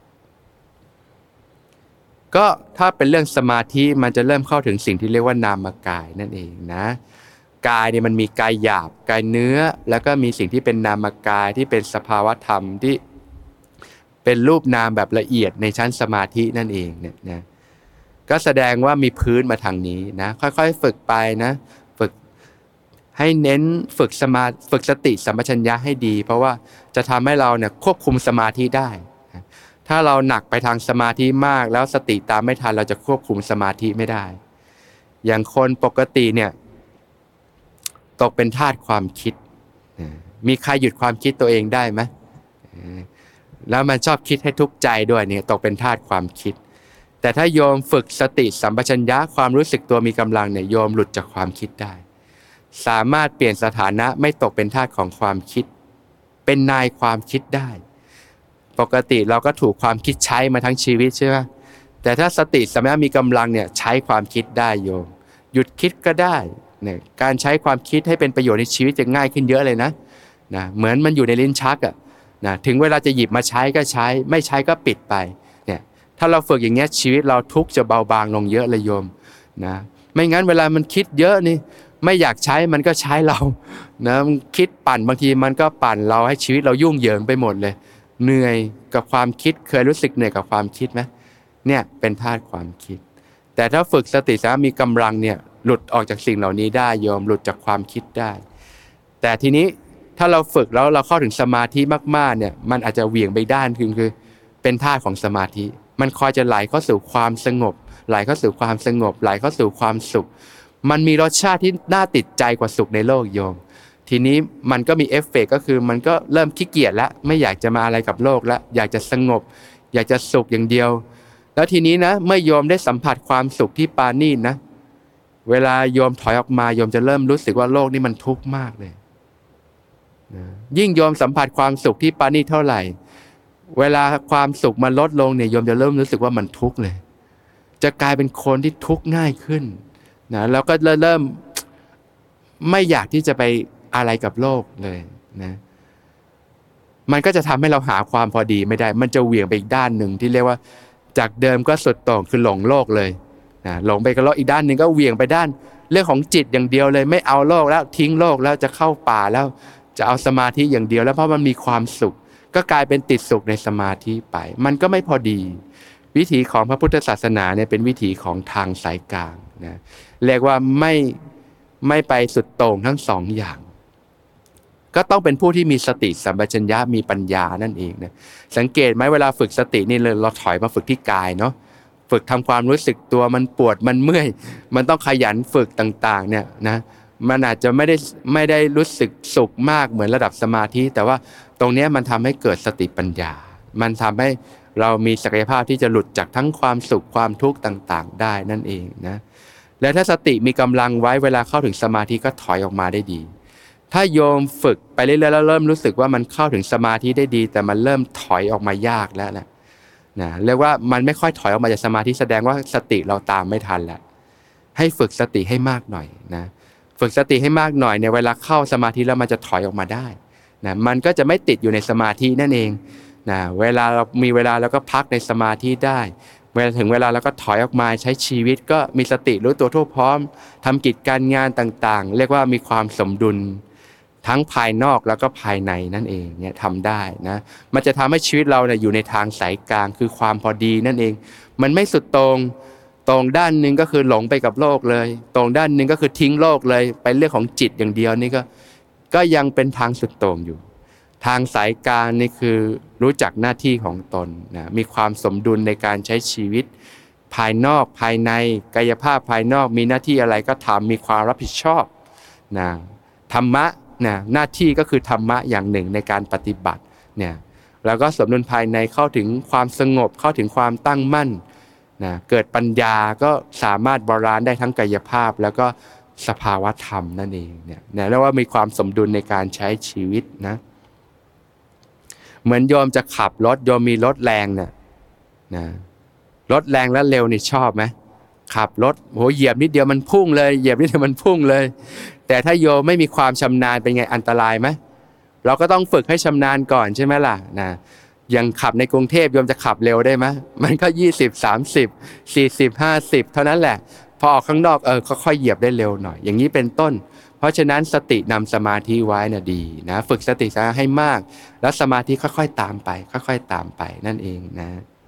ๆก็ถ้าเป็นเรื่องสมาธิมันจะเริ่มเข้าถึงสิ่งที่เรียกว่านามกายนั่นเองนะกายเนี่ยมันมีกายหยาบกายเนื้อแล้วก็มีสิ่งที่เป็นนามกายที่เป็นสภาวธรรมที่เป็นรูปนามแบบละเอียดในชั้นสมาธินั่นเองเนี่ยนะก็แสดงว่ามีพื้นมาทางนี้นะค่อยๆฝึกไปนะฝึกให้เน้นฝึกสติสัมปชัญญะให้ดีเพราะว่าจะทำให้เราเนี่ยควบคุมสมาธิได้นะถ้าเราหนักไปทางสมาธิมากแล้วสติตามไม่ทันเราจะควบคุมสมาธิไม่ได้อย่างคนปกติเนี่ยตกเป็นทาสความคิดมีใครหยุดความคิดตัวเองได้ไหมแล้วมันชอบคิดให้ทุกข์ใจด้วยเนี่ยตกเป็นทาสความคิดแต่ถ้าโยมฝึกสติสัมปชัญญะความรู้สึกตัวมีกำลังเนี่ยโยมหลุดจากความคิดได้สามารถเปลี่ยนสถานะไม่ตกเป็นทาสของความคิดเป็นนายความคิดได้ปกติเราก็ถูกความคิดใช้มาทั้งชีวิตใช่ไหมแต่ถ้าสติสัมปชัญญะมีกำลังเนี่ยใช้ความคิดได้โยมหยุดคิดก็ได้เนี่ยการใช้ความคิดให้เป็นประโยชน์ในชีวิตจะง่ายขึ้นเยอะเลยนะเหมือนมันอยู่ในลิ้นชักอะนะถึงเวลาจะหยิบมาใช้ก็ใช้ไม่ใช้ก็ปิดไปเนี่ยถ้าเราฝึกอย่างเงี้ยชีวิตเราทุกข์จะเบาบางลงเยอะเลยโยมนะไม่งั้นเวลามันคิดเยอะนี่ไม่อยากใช้มันก็ใช้เรานะคิดปั่นบางทีมันก็ปั่นเราให้ชีวิตเรายุ่งเหยิงไปหมดเลยเหนื่อยกับความคิดเคยรู้สึกเหนื่อยกับความคิดไหมเนี่ยเป็นธาตุความคิดแต่ถ้าฝึกสติสัมปชัญญะมีกำลังเนี่ยหลุดออกจากสิ่งเหล่านี้ได้โยมหลุดจากความคิดได้แต่ทีนี้ถ้าเราฝึกแล้วเราเข้าถึงสมาธิมากๆเนี่ยมันอาจจะเหวี่ยงไปด้านคือเป็นธาตุของสมาธิมันคอยจะไหลเข้าสู่ความสงบไหลเข้าสู่ความสงบไหลเข้าสู่ความสุขมันมีรสชาติที่น่าติดใจกว่าสุขในโลกโยมทีนี้มันก็มีเอฟเฟกต์ก็คือมันก็เริ่มขี้เกียจแล้วไม่อยากจะมาอะไรกับโลกแล้วอยากจะสงบอยากจะสุขอย่างเดียวแล้วทีนี้นะเมื่อโยมได้สัมผัสความสุขที่ปราณีตนะเวลาโยมถอยออกมาโยมจะเริ่มรู้สึกว่าโลกนี้มันทุกข์มากเลยยิ่งโยมสัมผัสความสุขที่ปราณีตเท่าไหร่เวลาความสุขมันลดลงเนี่ยโยมจะเริ่มรู้สึกว่ามันทุกข์เลยจะกลายเป็นคนที่ทุกข์ง่ายขึ้นนะแล้วก็เริ่มไม่อยากที่จะไปอะไรกับโลกเลยนะมันก็จะทำให้เราหาความพอดีไม่ได้มันจะเหวี่ยงไปอีกด้านหนึ่งที่เรียกว่าจากเดิมก็สุดโต่งคือหลงโลกเลยนะหลงไปกับโลกอีกด้านหนึ่งก็เหวี่ยงไปด้านเรื่องของจิตอย่างเดียวเลยไม่เอาโลกแล้วทิ้งโลกแล้วจะเข้าป่าแล้วจะเอาสมาธิอย่างเดียวแล้วเพราะมันมีความสุขก็กลายเป็นติดสุขในสมาธิไปมันก็ไม่พอดีวิถีของพระพุทธศาสนาเนี่ยเป็นวิถีของทางสายกลางนะเรียกว่าไม่ไปสุดโต่งทั้งสองอย่างก็ต้องเป็นผู้ที่มีสติสัมปชัญญะมีปัญญานั่นเองนะสังเกตไหมเวลาฝึกสตินี่เราถอยมาฝึกที่กายเนาะฝึกทำความรู้สึกตัวมันปวดมันเมื่อยมันต้องขยันฝึกต่างๆเนี่ยนะมันอาจจะไม่ได้รู้สึกสุขมากเหมือนระดับสมาธิแต่ว่าตรงนี้มันทำให้เกิดสติปัญญามันทำให้เรามีศักยภาพที่จะหลุดจากทั้งความสุขความทุกข์ต่างๆได้นั่นเองนะและถ้าสติมีกำลังไว้เวลาเข้าถึงสมาธิก็ถอยออกมาได้ดีถ้าโยมฝึกไปเรื่อยๆแล้วเริ่มรู้สึกว่ามันเข้าถึงสมาธิได้ดีแต่มันเริ่มถอยออกมายากแล้วแหละนะเรียกว่ามันไม่ค่อยถอยออกมาจากสมาธิแสดงว่าสติเราตามไม่ทันแล้วให้ฝึกสติให้มากหน่อยนะฝึกสติให้มากหน่อยเนี่ยเวลาเข้าสมาธิแล้วมันจะถอยออกมาได้นะมันก็จะไม่ติดอยู่ในสมาธินั่นเองนะเวลาเรามีเวลาเราก็พักในสมาธิได้เวลาถึงเวลาเราก็ถอยออกมาใช้ชีวิตก็มีสติรู้ตัวทั่วพร้อมทำกิจการงานต่างๆเรียกว่ามีความสมดุลทั้งภายนอกแล้วก็ภายในนั่นเองเนี่ยทำได้นะมันจะทำให้ชีวิตเราเนี่ยอยู่ในทางสายกลางคือความพอดีนั่นเองมันไม่สุดตรงด้านนึงก็คือหลงไปกับโลกเลยตรงด้านนึงก็คือทิ้งโลกเลยไปเรื่องของจิตอย่างเดียวนี่ก็ยังเป็นทางสุดตรงอยู่ทางสายกลางนี่คือรู้จักหน้าที่ของตนนะมีความสมดุลในการใช้ชีวิตภายนอกภายในกายภาพภายนอกมีหน้าที่อะไรก็ทำมีความรับผิดชอบนะธรรมะนะหน้าที่ก็คือธรรมะอย่างหนึ่งในการปฏิบัติเนี่ยแล้วก็สมดุลภายในเข้าถึงความสงบเข้าถึงความตั้งมั่นนะเกิดปัญญาก็สามารถบาลานซ์ได้ทั้งกายภาพแล้วก็สภาวะธรรมนั่นเองเนี่ยเรียกว่ามีความสมดุลในการใช้ชีวิตนะเหมือนโยมจะขับรถโยมมีรถแรงเนี่ยนะรถแรงและเร็วนี่ชอบไหมขับรถโหเหยียบนิดเดียวมันพุ่งเลยเหยียบนิดเดียวมันพุ่งเลยแต่ถ้าโยมไม่มีความชำนาญเป็นไงอันตรายไหมเราก็ต้องฝึกให้ชำนาญก่อนใช่ไหมล่ะนะอย่างขับในกรุงเทพโยมจะขับเร็วได้ไหมมันก็20 30 40 50เท่านั้นแหละพอออกข้างนอกค่อยๆเหยียบได้เร็วหน่อยอย่างนี้เป็นต้นเพราะฉะนั้นสตินำสมาธิไว้น่ะดีนะฝึกสติให้มากแล้วสมาธิค่อยๆตามไปค่อยๆตามไปนั่นเองนะ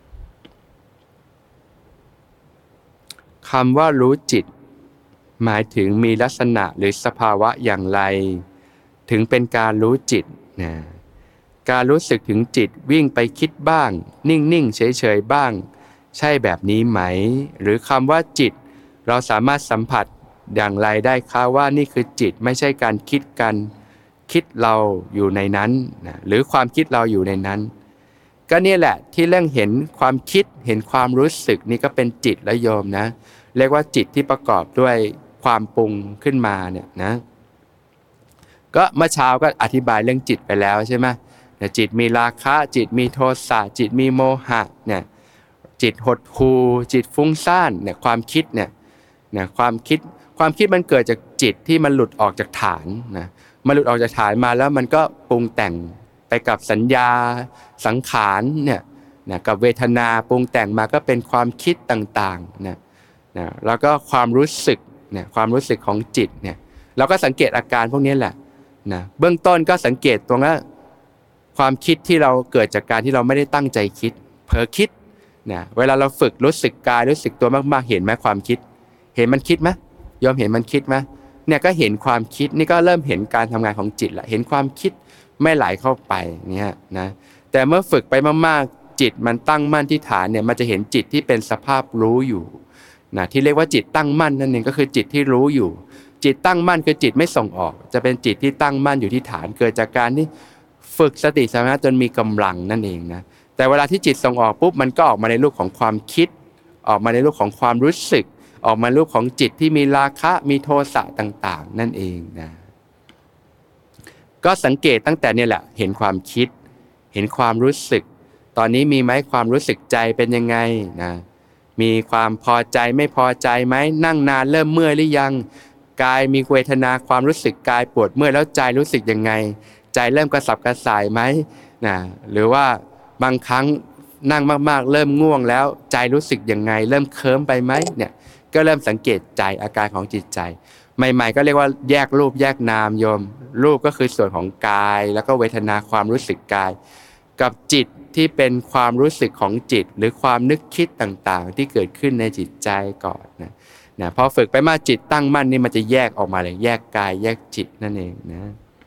คำว่ารู้จิตหมายถึงมีลักษณะหรือสภาวะอย่างไรถึงเป็นการรู้จิตนะการรู้สึกถึงจิตวิ่งไปคิดบ้างนิ่งๆเฉยๆบ้างใช่แบบนี้ไหมหรือคำว่าจิตเราสามารถสัมผัสอย่างไรได้คะว่านี่คือจิตไม่ใช่การคิดกันคิดเราอยู่ในนั้นนะหรือความคิดเราอยู่ในนั้นก็นี่แหละที่เรื่องเห็นความคิดเห็นความรู้สึกนี่ก็เป็นจิตและโยมนะเรียกว่าจิตที่ประกอบด้วยความปรุงขึ้นมาเนี่ยนะก็เมื่อเช้าก็อธิบายเรื่องจิตไปแล้วใช่ไหมจิตมีราคะจิตมีโทสะจิตมีโมหะเนี่ยจิตหดหู่จิตฟุ้งซ่านเนี่ยความคิดเนี่ยความคิดมันเกิดจากจิตที่มันหลุดออกจากฐานนะมันหลุดออกจากฐานมาแล้วมันก็ปรุงแต่งไปกับสัญญาสังขารเนี่ยกับเวทนาปรุงแต่งมาก็เป็นความคิดต่างๆนะแล้วก็ความรู้สึกเนี่ยความรู้สึกของจิตเนี่ยเราก็สังเกตอาการพวกนี้แหละนะเบื้องต้นก็สังเกตตรงว่าความคิดที่เราเกิดจากการที่เราไม่ได้ตั้งใจคิดเผลอคิดนะเวลาเราฝึกรู้สึกกายรู้สึกตัวมากๆเห็นไหมความคิดเห็นมันคิดไหมยอมเห็นมันคิดไหมเนี่ยก็เห็นความคิดนี่ก็เริ่มเห็นการทำงานของจิตละเห็นความคิดไม่ไหลเข้าไปเนี่ยนะแต่เมื่อฝึกไปมากๆจิตมันตั้งมั่นที่ฐานเนี่ยมันจะเห็นจิตที่เป็นสภาพรู้อยู่นะที่เรียกว่าจิตตั้งมั่นนั่นเองก็คือจิตที่รู้อยู่จิตตั้งมั่นคือจิตไม่ส่งออกจะเป็นจิตที่ตั้งมั่นอยู่ที่ฐานเกิดจากการที่ฝึกสติสมาธิจนมีกำลังนั่นเองนะแต่เวลาที่จิตส่งออกปุ๊บมันก็ออกมาในรูปของความคิดออกมาในรูปของความรู้สึกออกมารูปของจิตที่มีราคะมีโทสะต่างๆนั่นเองนะก็สังเกตตั้งแต่นี่แหละเห็นความคิดเห็นความรู้สึกตอนนี้มีไหมความรู้สึกใจเป็นยังไงนะมีความพอใจไม่พอใจไหมนั่งนานเริ่มเมื่อยหรือยังกายมีเวทนาความรู้สึกกายปวดเมื่อยแล้วใจรู้สึกยังไงใจเริ่มกระสับกระส่ายไหมนะหรือว่าบางครั้งนั่งมากๆเริ่มง่วงแล้วใจรู้สึกยังไงเริ่มเคลิ้มไปไหมเนี่ยก็เริ่มสังเกตใจอาการของจิตใจใหม่ๆก็เรียกว่าแยกรูปแยกนามโยมรูปก็คือส่วนของกายแล้วก็เวทนาความรู้สึกกายกับจิตที่เป็นความรู้สึกของจิตหรือความนึกคิดต่างๆที่เกิดขึ้นในจิตใจก่อนนะพอฝึกไปมากจิตตั้งมั่นนี่มันจะแยกออกมาเลยแยกกายแยกจิตนั่นเองนะ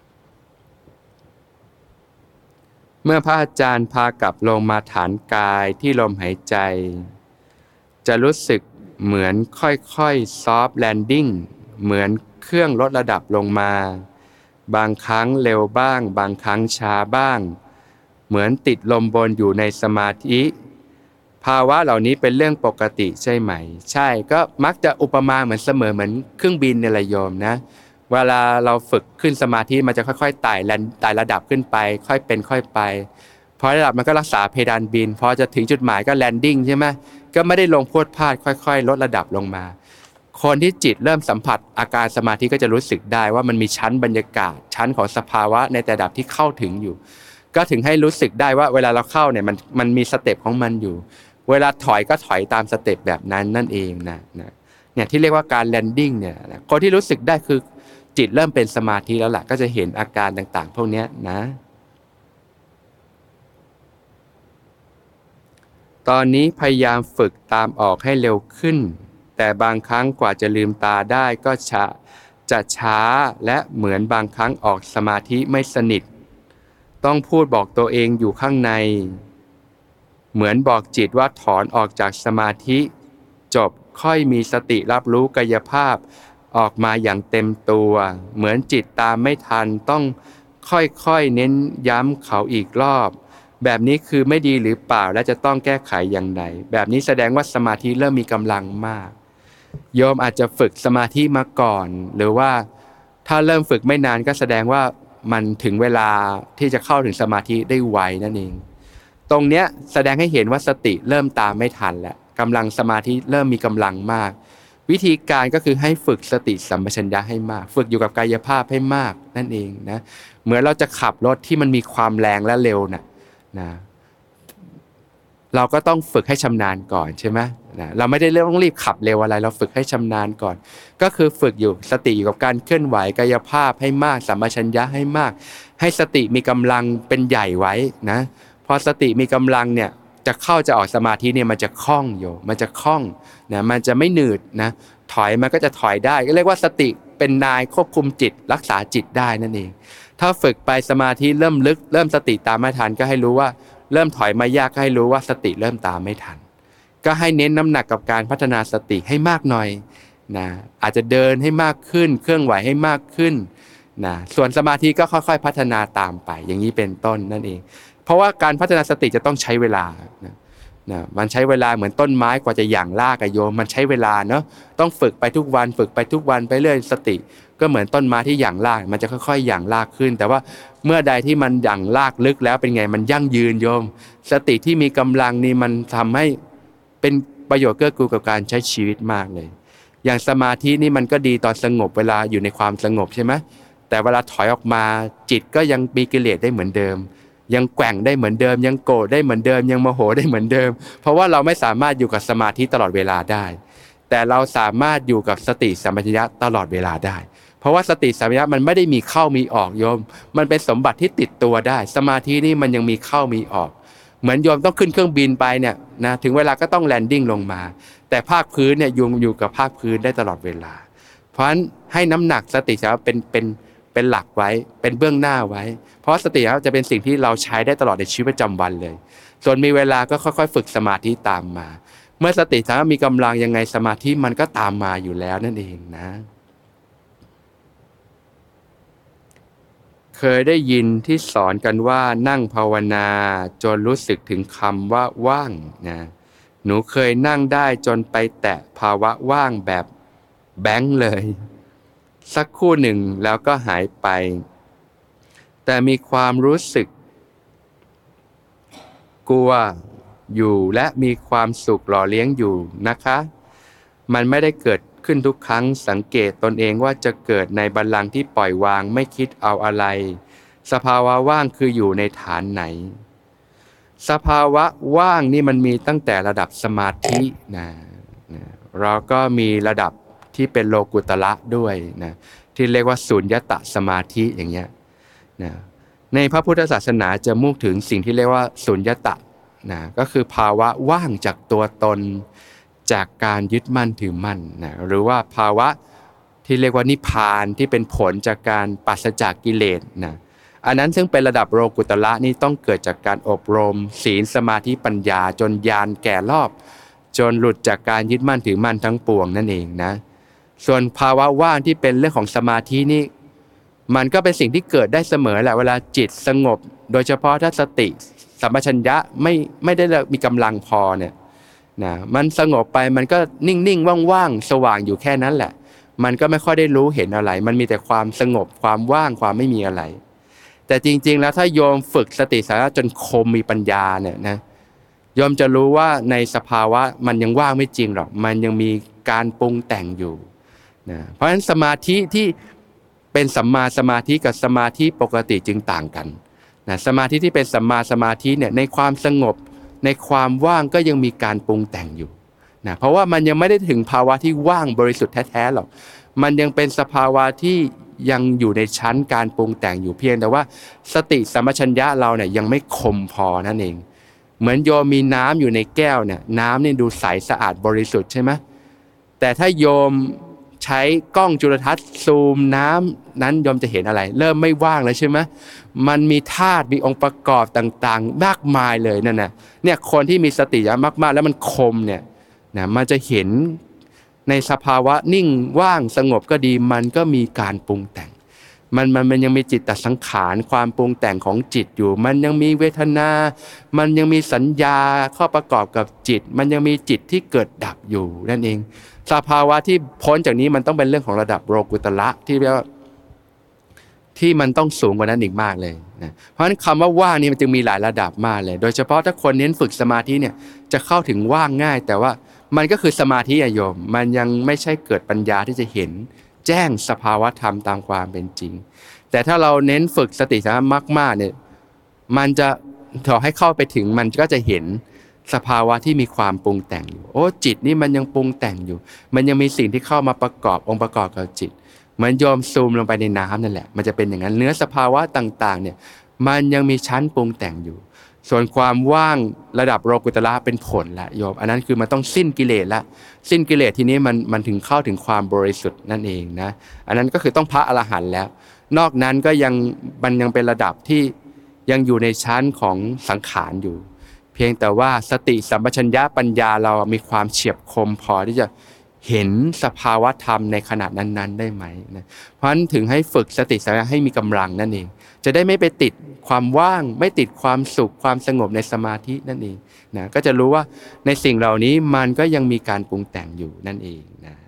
เมื่อพระอาจารย์พากลับลงมาฐานกายที่ลมหายใจจะรู้สึกเหมือนค่อยๆซอฟต์แลนดิ้งเหมือนเครื่องลดระดับลงมาบางครั้งเร็วบ้างบางครั้งช้าบ้างเหมือนติดลมบนอยู่ในสมาธิภาวะเหล่านี้เป็นเรื่องปกติใช่ไหมใช่ก็มักจะอุปมาเหมือนเสมอเหมือนเครื่องบินเนี่ยแหละโยมนะเวลาเราฝึกขึ้นสมาธิมันจะค่อยๆไต่ระดับขึ้นไปค่อยเป็นค่อยไปพอระดับมันก็รักษาเพดานบินพอจะถึงจุดหมายก็แลนดิ้งใช่ไหมก็ไม่ได้ลงพรวดพลาดค่อยๆลดระดับลงมาคนที่จิตเริ่มสัมผัสอาการสมาธิก็จะรู้สึกได้ว่ามันมีชั้นบรรยากาศชั้นของสภาวะในแต่ระดับที่เข้าถึงอยู่ก็ถึงให้รู้สึกได้ว่าเวลาเราเข้าเนี่ยมันมีสเต็ปของมันอยู่เวลาถอยก็ถอยตามสเต็ปแบบนั้นนั่นเองนะเนี่ยที่เรียกว่าการแลนดิ้งเนี่ยคนที่รู้สึกได้คือจิตเริ่มเป็นสมาธิแล้วล่ะก็จะเห็นอาการต่างๆพวกนี้นะตอนนี้พยายามฝึกตามออกให้เร็วขึ้นแต่บางครั้งกว่าจะลืมตาได้ก็จะช้าและเหมือนบางครั้งออกสมาธิไม่สนิทต้องพูดบอกตัวเองอยู่ข้างในเหมือนบอกจิตว่าถอนออกจากสมาธิจบค่อยมีสติรับรู้กายภาพออกมาอย่างเต็มตัวเหมือนจิตตามไม่ทันต้องค่อยๆเน้นย้ำเขาอีกรอบแบบนี้คือไม่ดีหรือเปล่าและจะต้องแก้ไขอย่างไรแบบนี้แสดงว่าสมาธิเริ่มมีกำลังมากโยมอาจจะฝึกสมาธิมาก่อนหรือว่าถ้าเริ่มฝึกไม่นานก็แสดงว่ามันถึงเวลาที่จะเข้าถึงสมาธิได้ไวนั่นเองตรงเนี้ยแสดงให้เห็นว่าสติเริ่มตามไม่ทันแล้วกำลังสมาธิเริ่มมีกำลังมากวิธีการก็คือให้ฝึกสติสัมปชัญญะให้มากฝึกอยู่กับกายภาพให้มากนั่นเองนะเหมือนเราจะขับรถที่มันมีความแรงและเร็วนะเราก็ต้องฝึกให้ชำนาญก่อนใช่ไหมนะเราไม่ได้ต้องรีบขับเร็วอะไรเราฝึกให้ชำนาญก่อนก็คือฝึกอยู่สติอยู่กับการเคลื่อนไหวกายภาพให้มากสัมปชัญญะให้มากให้สติมีกำลังเป็นใหญ่ไว้นะพอสติมีกำลังเนี่ยจะเข้าจะออกสมาธิเนี่ยมันจะคล่องอยู่มันจะคล่องนะมันจะไม่หนืดนะถอยมันก็จะถอยได้ก็เรียกว่าสติเป็นนายควบคุมจิตรักษาจิตได้นั่นเองถ้าฝึกไปสมาธิเริ่มลึกเริ่มสติตามไม่ทันก็ให้รู้ว่าเริ่มถอยมายากก็ให้รู้ว่าสติเริ่มตามไม่ทันก็ให้เน้นน้ำหนักกับการพัฒนาสติให้มากหน่อยนะอาจจะเดินให้มากขึ้นเคลื่อนไหวให้มากขึ้นนะส่วนสมาธิก็ค่อยๆพัฒนาตามไปอย่างนี้เป็นต้นนั่นเองเพราะว่าการพัฒนาสติจะต้องใช้เวลานะมันใช้เวลาเหมือนต้นไม้กว่าจะหยั่งรากโยมมันใช้เวลาเนาะต้องฝึกไปทุกวันฝึกไปทุกวันไปเรื่อยสติก็เหมือนต้นไม้ที่หยั่งรากมันจะค่อยๆหยั่งรากขึ้นแต่ว่าเมื่อใดที่มันหยั่งรากลึกแล้วเป็นไงมันยั่งยืนโยมสติที่มีกำลังนี่มันทำให้เป็นประโยชน์เกื้อกูลกับการใช้ชีวิตมากเลยอย่างสมาธินี่มันก็ดีตอนสงบเวลาอยู่ในความสงบใช่ไหมแต่เวลาถอยออกมาจิตก็ยังมีกิเลสได้เหมือนเดิมยังแกว่งได้เหมือนเดิมยังโกรธได้เหมือนเดิมยังโมโหได้เหมือนเดิมเพราะว่าเราไม่สามารถอยู่กับสมาธิตลอดเวลาได้แต่เราสามารถอยู่กับสติสัมปชัญญะตลอดเวลาได้เพราะว่าสติสัมปชัญญะมันไม่ได้มีเข้ามีออกโยมมันเป็นสมบัติที่ติดตัวได้สมาธินี่มันยังมีเข้ามีออกเหมือนโยมต้องขึ้นเครื่องบินไปเนี่ยนะถึงเวลาก็ต้องแลนดิ้งลงมาแต่ภาคพื้นเนี่ยอยู่กับภาคพื้นได้ตลอดเวลาเพราะฉะนั้นให้น้ำหนักสติสัมปชัญญะเป็นหลักไว้เป็นเบื้องหน้าไว้เพราะสติจะเป็นสิ่งที่เราใช้ได้ตลอดในชีวิตประจำวันเลยส่วนมีเวลาก็ค่อยๆฝึกสมาธิตามมาเมื่อสติสัมปชัญญะมีกำลังยังไงสมาธิมันก็ตามมาอยู่แล้วนั่นเองนะเคยได้ยินที่สอนกันว่านั่งภาวนาจนรู้สึกถึงคำว่าว่างนะหนูเคยนั่งได้จนไปแตะภาวะว่างแบบแบงค์เลยสักครู่หนึ่งแล้วก็หายไปแต่มีความรู้สึกกลัวอยู่และมีความสุขหล่อเลี้ยงอยู่นะคะมันไม่ได้เกิดขึ้นทุกครั้งสังเกตตนเองว่าจะเกิดในบัลลังก์ที่ปล่อยวางไม่คิดเอาอะไรสภาวะว่างคืออยู่ในฐานไหนสภาวะว่างนี่มันมีตั้งแต่ระดับสมาธินะเราก็มีระดับที่เป็นโลกุตระด้วยนะที่เรียกว่าสุญญตสมาธิอย่างเงี้ยนะในพระพุทธศาสนาจะมุ่งถึงสิ่งที่เรียกว่าสุญญตนะก็คือภาวะว่างจากตัวตนจากการยึดมั่นถือมั่นนะหรือว่าภาวะที่เรียกว่านิพพานที่เป็นผลจากการปราศจากกิเลสนะอันนั้นซึ่งเป็นระดับโลกุตระนี่ต้องเกิดจากการอบรมศีลสมาธิปัญญาจนญาณแก่รอบจนหลุดจากการยึดมั่นถือมั่นทั้งปวงนั่นเองนะส่วนภาวะว่างที่เป็นเรื่องของสมาธินี่มันก็เป็นสิ่งที่เกิดได้เสมอแหละเวลาจิตสงบโดยเฉพาะถ้าสติสัมปชัญญะไม่ได้มีกำลังพอเนี่ยนะมันสงบไปมันก็นิ่งๆว่างๆสว่างอยู่แค่นั้นแหละมันก็ไม่ค่อยได้รู้เห็นอะไรมันมีแต่ความสงบความว่างความไม่มีอะไรแต่จริงๆแล้วถ้าโยมฝึกสติสัมปชัญญะจนคมมีปัญญาเนี่ยนะโยมจะรู้ว่าในสภาวะมันยังว่างไม่จริงหรอกมันยังมีการปรุงแต่งอยู่นะเพราะฉะนั้นสมาธิที่เป็นสัมมาสมาธิกับสมาธิปกติจึงต่างกันนะสมาธิที่เป็นสัมมาสมาธิเนี่ยในความสงบในความว่างก็ยังมีการปรุงแต่งอยู่นะเพราะว่ามันยังไม่ได้ถึงภาวะที่ว่างบริสุทธิ์แท้ๆหรอกมันยังเป็นสภาวะที่ยังอยู่ในชั้นการปรุงแต่งอยู่เพียงแต่ว่าสติสัมปชัญญะเราเนี่ยยังไม่คมพอนั่นเองเหมือนโยมมีน้ำอยู่ในแก้วเนี่ยน้ำนี่ดูใสสะอาดบริสุทธิ์ใช่ไหมแต่ถ้าโยมใช้กล้องจุลทรรศน์ซูมน้ำนั้นโยมจะเห็นอะไรเริ่มไม่ว่างแล้วใช่ไหมมันมีธาตุมีองค์ประกอบต่างๆมากมายเลยนั่นน่ะเนี่ยคนที่มีสติมากๆแล้วมันคมเนี่ยนะมันจะเห็นในสภาวะนิ่งว่างสงบก็ดีมันก็มีการปรุงแต่งมันยังมีจิตตสังขารความปรุงแต่งของจิตอยู่มันยังมีเวทนามันยังมีสัญญาเข้าประกอบกับจิตมันยังมีจิตที่เกิดดับอยู่นั่นเองสภาวะที่พ้นจากนี้มันต้องเป็นเรื่องของระดับโลกุตระที่เรียกว่าที่มันต้องสูงกว่านั้นอีกมากเลยนะเพราะฉะนั้นคำว่าว่างนี่มันจึงมีหลายระดับมากเลยโดยเฉพาะถ้าคนเน้นฝึกสมาธิเนี่ยจะเข้าถึงว่างง่ายแต่ว่ามันก็คือสมาธิโยมมันยังไม่ใช่เกิดปัญญาที่จะเห็นแจ้งสภาวะธรรมตามความเป็นจริงแต่ถ้าเราเน้นฝึกสติสัมปชัญญะมากๆเนี่ยมันจะขอให้เข้าไปถึงมันก็จะเห็นสภาวะที่มีความปรุงแต่งอยู่โอ้จิตนี่มันยังปรุงแต่งอยู่มันยังมีสิ่งที่เข้ามาประกอบองค์ประกอบกับจิตเหมือนโยมซูมลงไปในน้ำนั่นแหละมันจะเป็นอย่างนั้นเนื้อสภาวะต่างๆเนี่ยมันยังมีชั้นปรุงแต่งอยู่ส่วนความว่างระดับโลกุตระเป็นผลละโยมอันนั้นคือมันต้องสิ้นกิเลสละสิ้นกิเลสทีนี้มันถึงเข้าถึงความบริสุทธิ์นั่นเองนะอันนั้นก็คือต้องพระอรหันต์แล้วนอกนั้นก็มันยังเป็นระดับที่ยังอยู่ในชั้นของสังขารอยู่เพียงแต่ว่าสติสัมปชัญญะปัญญาเรามีความเฉียบคมพอที่จะเห็นสภาวะธรรมในขณะนั้นๆได้ไหมนะเพราะฉะนั้นถึงให้ฝึกสติสัมปชัญญะให้มีกำลังนั่นเองจะได้ไม่ไปติดความว่างไม่ติดความสุขความสงบในสมาธินั่นเองนะก็จะรู้ว่าในสิ่งเหล่านี้มันก็ยังมีการปรุงแต่งอยู่นั่นเองนะ